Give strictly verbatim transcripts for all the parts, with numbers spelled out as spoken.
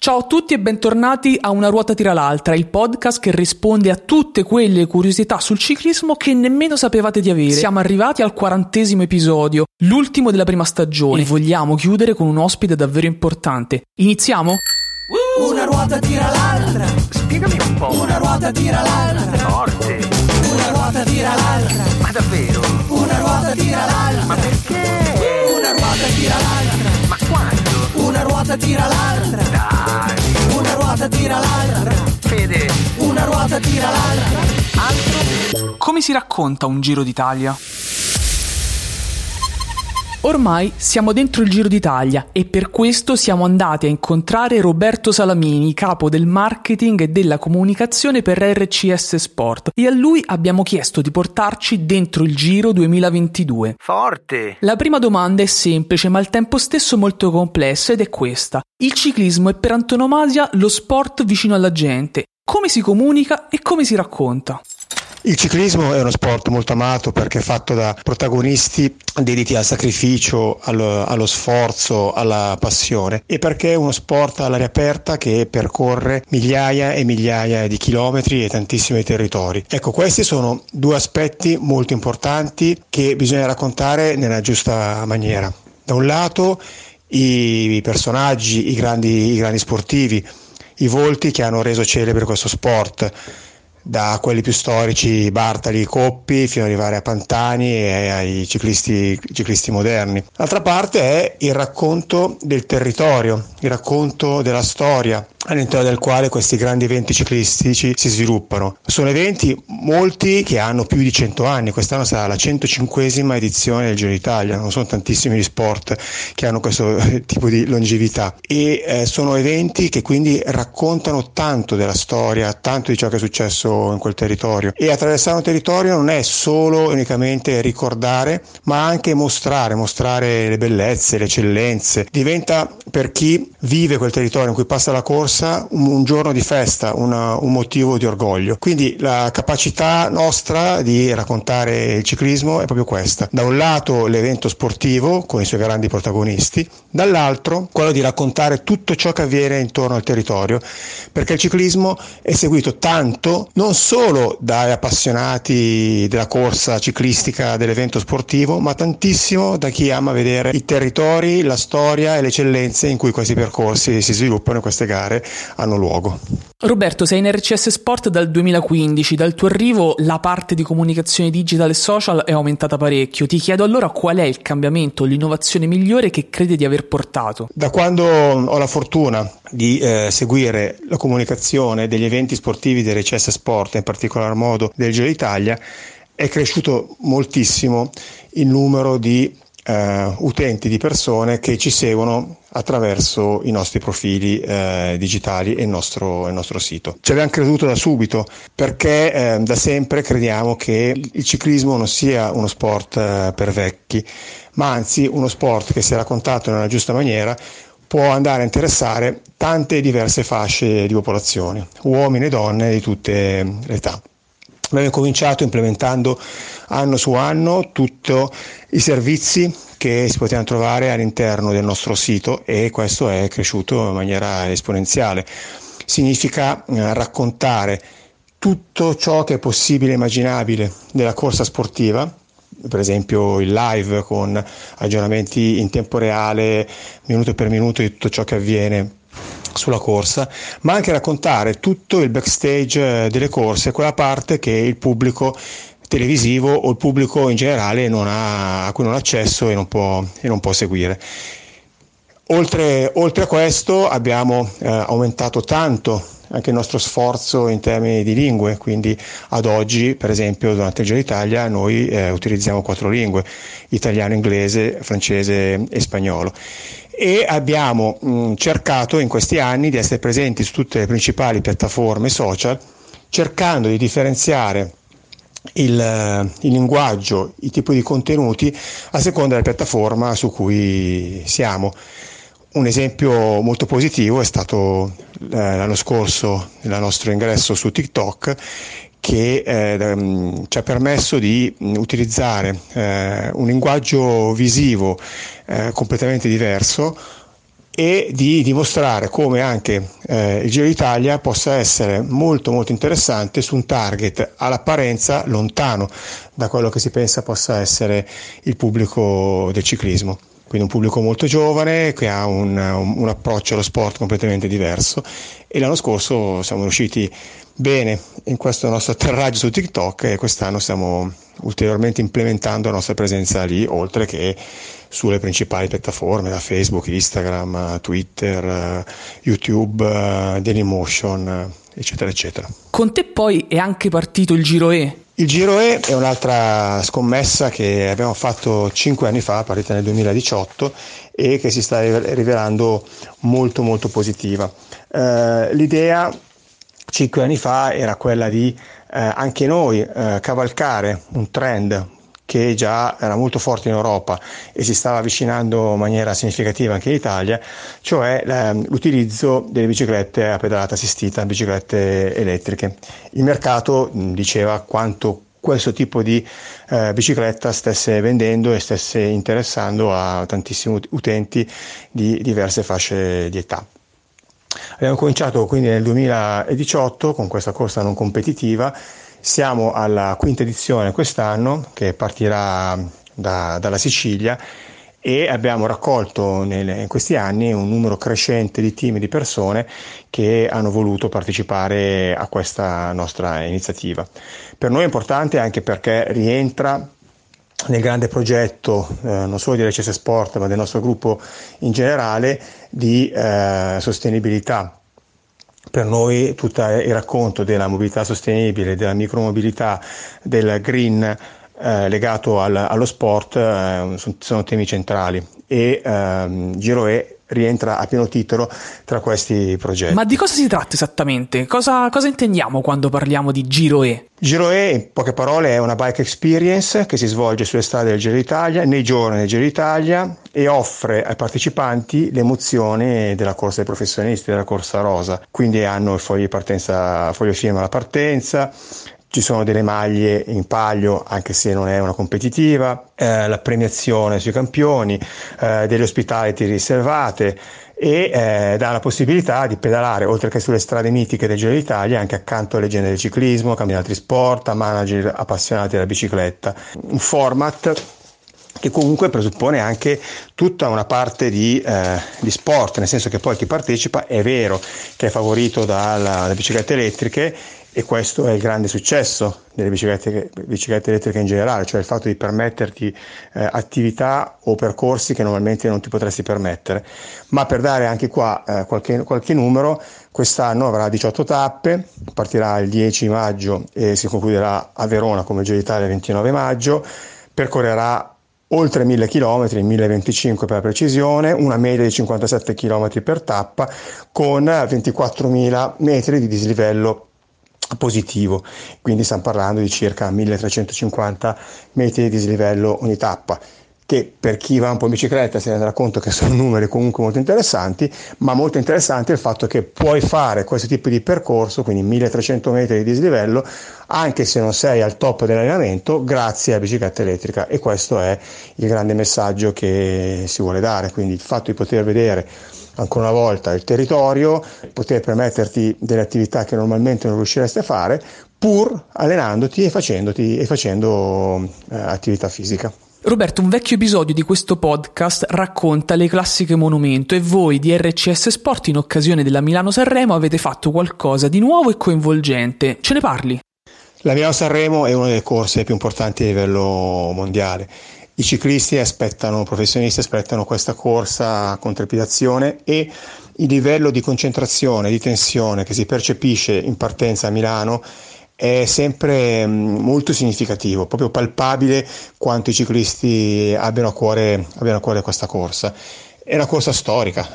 Ciao a tutti e bentornati a Una ruota tira l'altra, il podcast che risponde a tutte quelle curiosità sul ciclismo che nemmeno sapevate di avere. Siamo arrivati al quarantesimo episodio, l'ultimo della prima stagione, e vogliamo chiudere con un ospite davvero importante. Iniziamo? Una ruota tira l'altra. Spiegami un po'. Una ruota tira l'altra. Forte. Una ruota tira l'altra. Ma davvero? Una ruota tira l'altra. Ma perché? Una ruota tira l'altra. Ma quando? Una ruota tira l'altra. Dai. Una ruota tira l'altra. Fede. Una ruota tira l'altra. Altro? Come si racconta un Giro d'Italia? Ormai siamo dentro il Giro d'Italia e per questo siamo andati a incontrare Roberto Salamini, capo del marketing e della comunicazione per R C S Sport, e a lui abbiamo chiesto di portarci dentro il Giro duemilaventidue. Forte. La prima domanda è semplice ma al tempo stesso molto complessa ed è questa: il ciclismo è per antonomasia lo sport vicino alla gente. Come si comunica e come si racconta? Il ciclismo è uno sport molto amato perché è fatto da protagonisti dediti al sacrificio, allo, allo sforzo, alla passione, e perché è uno sport all'aria aperta che percorre migliaia e migliaia di chilometri e tantissimi territori. Ecco, questi sono due aspetti molto importanti che bisogna raccontare nella giusta maniera. Da un lato i personaggi, i grandi, i grandi sportivi, i volti che hanno reso celebre questo sport, da quelli più storici, Bartali, Coppi, fino ad arrivare a Pantani e ai ciclisti, ciclisti moderni. L'altra parte è il racconto del territorio, il racconto della storia all'interno del quale questi grandi eventi ciclistici si sviluppano. Sono eventi, molti, che hanno più di cento anni. Quest'anno sarà la centocinquesima edizione del Giro d'Italia, non sono tantissimi gli sport che hanno questo tipo di longevità, e eh, sono eventi che quindi raccontano tanto della storia, tanto di ciò che è successo in quel territorio. E attraversare un territorio non è solo unicamente ricordare, ma anche mostrare, mostrare le bellezze, le eccellenze. Diventa, per chi vive quel territorio in cui passa la corsa, un, un giorno di festa, una, un motivo di orgoglio. Quindi la capacità nostra di raccontare il ciclismo è proprio questa: da un lato l'evento sportivo con i suoi grandi protagonisti, dall'altro quello di raccontare tutto ciò che avviene intorno al territorio, perché il ciclismo è seguito tanto non solo dai appassionati della corsa ciclistica, dell'evento sportivo, ma tantissimo da chi ama vedere i territori, la storia e le eccellenze in cui questi percorsi si sviluppano e queste gare hanno luogo. Roberto, sei in R C S Sport dal duemilaquindici, dal tuo arrivo la parte di comunicazione digital e social è aumentata parecchio. Ti chiedo allora qual è il cambiamento, l'innovazione migliore che credi di aver portato? Da quando ho la fortuna di eh, seguire la comunicazione degli eventi sportivi del R C S Sport, in particolar modo del Giro d'Italia, è cresciuto moltissimo il numero di Uh, utenti, di persone che ci seguono attraverso i nostri profili uh, digitali e il nostro, il nostro sito. Ci abbiamo creduto da subito perché uh, da sempre crediamo che il ciclismo non sia uno sport uh, per vecchi, ma anzi uno sport che, se raccontato nella giusta maniera, può andare a interessare tante diverse fasce di popolazione, uomini e donne di tutte le età. Abbiamo cominciato implementando anno su anno tutti i servizi che si potevano trovare all'interno del nostro sito, e questo è cresciuto in maniera esponenziale. Significa eh, raccontare tutto ciò che è possibile e immaginabile della corsa sportiva, per esempio il live con aggiornamenti in tempo reale, minuto per minuto, di tutto ciò che avviene sulla corsa, ma anche raccontare tutto il backstage delle corse, quella parte che il pubblico televisivo o il pubblico in generale non ha, a cui non ha accesso e non può, e non può seguire. Oltre, oltre a questo abbiamo eh, aumentato tanto anche il nostro sforzo in termini di lingue, quindi ad oggi, per esempio, durante il Giro d'Italia noi eh, utilizziamo quattro lingue: italiano, inglese, francese e spagnolo. E abbiamo mh, cercato in questi anni di essere presenti su tutte le principali piattaforme social, cercando di differenziare il, il linguaggio, i tipi di contenuti a seconda della piattaforma su cui siamo. Un esempio molto positivo è stato eh, l'anno scorso il nostro ingresso su TikTok, che eh, ci ha permesso di utilizzare eh, un linguaggio visivo eh, completamente diverso, e di dimostrare come anche eh, il Giro d'Italia possa essere molto molto interessante su un target all'apparenza lontano da quello che si pensa possa essere il pubblico del ciclismo. Quindi un pubblico molto giovane che ha un, un, un approccio allo sport completamente diverso, e l'anno scorso siamo riusciti bene in questo nostro atterraggio su TikTok, e quest'anno stiamo ulteriormente implementando la nostra presenza lì, oltre che sulle principali piattaforme, da Facebook, Instagram, Twitter, YouTube, Dailymotion, eccetera eccetera. Con te poi è anche partito il Giro E. Il Giro E è un'altra scommessa che abbiamo fatto cinque anni fa, partita nel duemiladiciotto, e che si sta rivelando molto molto positiva. Eh, l'idea cinque anni fa era quella di eh, anche noi eh, cavalcare un trend che già era molto forte in Europa e si stava avvicinando in maniera significativa anche in Italia, cioè l'utilizzo delle biciclette a pedalata assistita, biciclette elettriche. Il mercato diceva quanto questo tipo di eh, bicicletta stesse vendendo e stesse interessando a tantissimi utenti di diverse fasce di età. Abbiamo cominciato quindi nel duemiladiciotto con questa corsa non competitiva. Siamo alla quinta edizione quest'anno, che partirà da, dalla Sicilia, e abbiamo raccolto nelle, in questi anni un numero crescente di team e di persone che hanno voluto partecipare a questa nostra iniziativa. Per noi è importante anche perché rientra nel grande progetto eh, non solo di R C S Sport, ma del nostro gruppo in generale, di eh, sostenibilità. Per noi tutto il racconto della mobilità sostenibile, della micromobilità, del green eh, legato al, allo sport eh, sono temi centrali, e ehm, Giro E rientra a pieno titolo tra questi progetti. Ma di cosa si tratta esattamente? Cosa, cosa intendiamo quando parliamo di Giro E? Giro E, in poche parole, è una bike experience che si svolge sulle strade del Giro d'Italia, nei giorni del Giro d'Italia, e offre ai partecipanti le emozioni della corsa dei professionisti, della corsa rosa. Quindi hanno il foglio di partenza, foglio firma alla partenza, ci sono delle maglie in palio anche se non è una competitiva, eh, la premiazione sui campioni, eh, delle hospitality riservate, e eh, dà la possibilità di pedalare oltre che sulle strade mitiche del Giro d'Italia anche accanto a leggende del ciclismo, a campioni di altri sport, a manager appassionati della bicicletta. Un format che comunque presuppone anche tutta una parte di, eh, di sport, nel senso che poi chi partecipa è vero che è favorito dalla, dalle biciclette elettriche, e questo è il grande successo delle biciclette, biciclette elettriche in generale, cioè il fatto di permetterti eh, attività o percorsi che normalmente non ti potresti permettere. Ma per dare anche qua eh, qualche, qualche numero, quest'anno avrà diciotto tappe, partirà il dieci maggio e si concluderà a Verona come Giro d'Italia il ventinove maggio, percorrerà oltre mille chilometri, mille venticinque per la precisione, una media di cinquantasette chilometri per tappa, con ventiquattromila metri di dislivello positivo, quindi stiamo parlando di circa milletrecentocinquanta metri di dislivello ogni tappa, che per chi va un po' in bicicletta si renderà conto che sono numeri comunque molto interessanti, ma molto interessante il fatto che puoi fare questo tipo di percorso, quindi milletrecento metri di dislivello, anche se non sei al top dell'allenamento, grazie alla bicicletta elettrica, e questo è il grande messaggio che si vuole dare. Quindi il fatto di poter vedere ancora una volta il territorio, poter permetterti delle attività che normalmente non riusciresti a fare, pur allenandoti e facendoti e facendo eh, attività fisica. Roberto, un vecchio episodio di questo podcast racconta le classiche monumento, e voi di R C S Sport in occasione della Milano-Sanremo avete fatto qualcosa di nuovo e coinvolgente. Ce ne parli? La Milano-Sanremo è una delle corse più importanti a livello mondiale. I ciclisti aspettano, professionisti aspettano questa corsa con trepidazione, e il livello di concentrazione, di tensione che si percepisce in partenza a Milano è sempre molto significativo, proprio palpabile quanto i ciclisti abbiano a cuore, abbiano a cuore questa corsa. È una corsa storica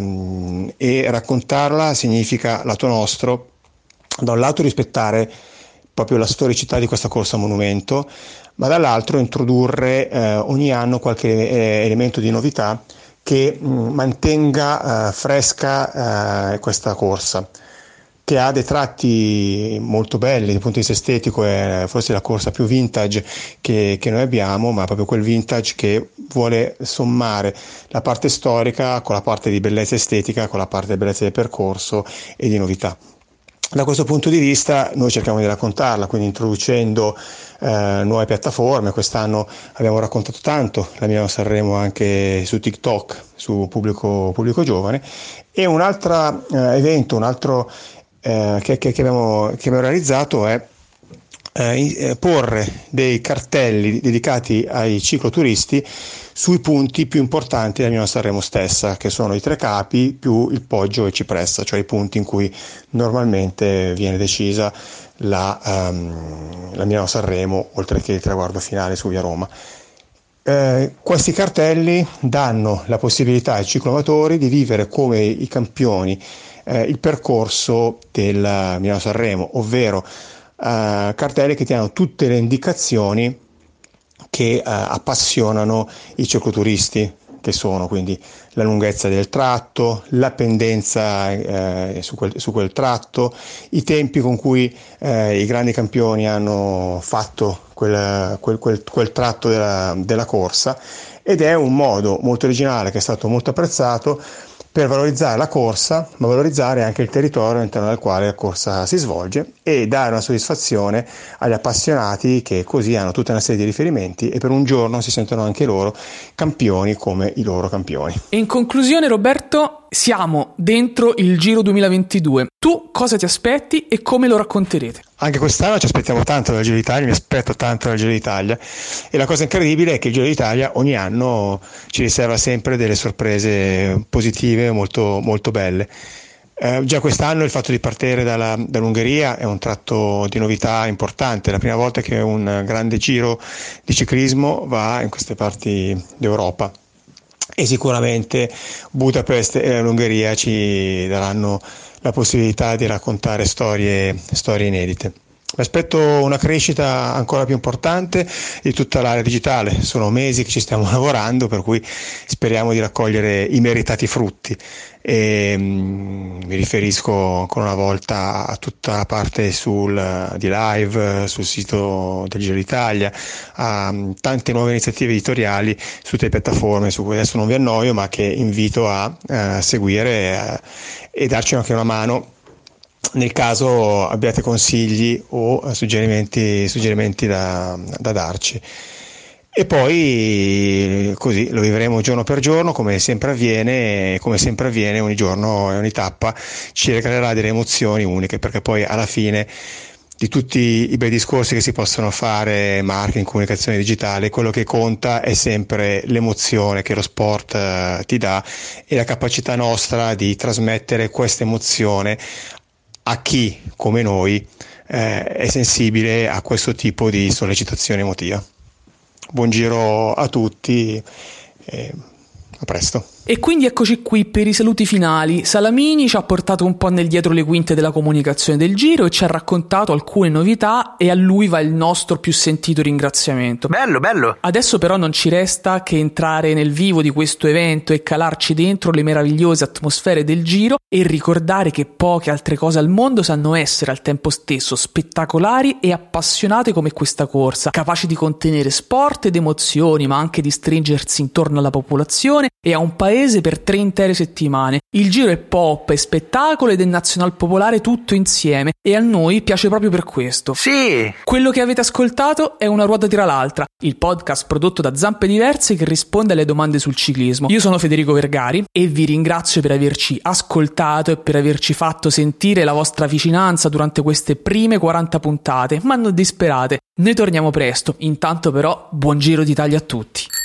ehm, e raccontarla significa, lato nostro, da un lato rispettare proprio la storicità di questa corsa monumento, ma dall'altro introdurre eh, ogni anno qualche eh, elemento di novità che mh, mantenga eh, fresca eh, questa corsa. che ha dei tratti molto belli dal punto di vista estetico, è forse la corsa più vintage che, che noi abbiamo, ma proprio quel vintage che vuole sommare la parte storica con la parte di bellezza estetica, con la parte di bellezza del percorso e di novità. Da questo punto di vista noi cerchiamo di raccontarla, quindi introducendo eh, nuove piattaforme. Quest'anno abbiamo raccontato tanto la Milano-Sanremo anche su TikTok, su pubblico, pubblico giovane, e un altro eh, evento, un altro eh, che, che, che, abbiamo, che abbiamo realizzato è eh, porre dei cartelli dedicati ai cicloturisti sui punti più importanti della Milano-Sanremo stessa, che sono i Tre Capi più il Poggio e Cipressa, cioè i punti in cui normalmente viene decisa la, um, la Milano-Sanremo, oltre che il traguardo finale su via Roma. Eh, questi cartelli danno la possibilità ai cicloamatori di vivere come i campioni eh, il percorso del Milano-Sanremo, ovvero eh, cartelli che ti danno tutte le indicazioni che eh, appassionano i cicloturisti, che sono quindi la lunghezza del tratto, la pendenza eh, su, quel, su quel tratto, i tempi con cui eh, i grandi campioni hanno fatto quel, quel, quel, quel tratto della, della corsa, ed è un modo molto originale che è stato molto apprezzato per valorizzare la corsa, ma valorizzare anche il territorio all'interno del quale la corsa si svolge e dare una soddisfazione agli appassionati, che così hanno tutta una serie di riferimenti e per un giorno si sentono anche loro campioni come i loro campioni. E in conclusione, Roberto, siamo dentro il Giro duemilaventidue. Tu cosa ti aspetti e come lo racconterete? Anche quest'anno ci aspettiamo tanto dal Giro d'Italia, mi aspetto tanto dal Giro d'Italia, e la cosa incredibile è che il Giro d'Italia ogni anno ci riserva sempre delle sorprese positive molto, molto belle. Eh, già quest'anno il fatto di partire dalla, dall'Ungheria è un tratto di novità importante, è la prima volta che un grande giro di ciclismo va in queste parti d'Europa, e sicuramente Budapest e l'Ungheria ci daranno la possibilità di raccontare storie, storie inedite. Mi aspetto una crescita ancora più importante di tutta l'area digitale, sono mesi che ci stiamo lavorando, per cui speriamo di raccogliere i meritati frutti, e mh, mi riferisco ancora una volta a tutta la parte sul, di live sul sito del Giro d'Italia, a mh, tante nuove iniziative editoriali su tutte le piattaforme su cui adesso non vi annoio, ma che invito a, a seguire a, e darci anche una mano nel caso abbiate consigli o suggerimenti, suggerimenti da, da darci. E poi così lo vivremo giorno per giorno, come sempre avviene, e come sempre avviene ogni giorno e ogni tappa ci regalerà delle emozioni uniche, perché poi alla fine di tutti i bei discorsi che si possono fare, marketing, comunicazione digitale, quello che conta è sempre l'emozione che lo sport eh, ti dà, e la capacità nostra di trasmettere questa emozione a chi, come noi, eh, è sensibile a questo tipo di sollecitazione emotiva. Buon giro a tutti e a presto. E quindi eccoci qui per i saluti finali. Salamini ci ha portato un po' nel dietro le quinte della comunicazione del Giro e ci ha raccontato alcune novità, e a lui va il nostro più sentito ringraziamento. Bello, bello! Adesso però non ci resta che entrare nel vivo di questo evento e calarci dentro le meravigliose atmosfere del Giro, e ricordare che poche altre cose al mondo sanno essere al tempo stesso spettacolari e appassionate come questa corsa, capaci di contenere sport ed emozioni, ma anche di stringersi intorno alla popolazione e a un paese per tre intere settimane. Il Giro è pop, è spettacolo ed è nazional popolare tutto insieme, e a noi piace proprio per questo. Sì! Quello che avete ascoltato è Una ruota tira l'altra, il podcast prodotto da Zampe Diverse che risponde alle domande sul ciclismo. Io sono Federico Vergari e vi ringrazio per averci ascoltato e per averci fatto sentire la vostra vicinanza durante queste prime quaranta puntate, ma non disperate, noi torniamo presto. Intanto però buon Giro d'Italia a tutti.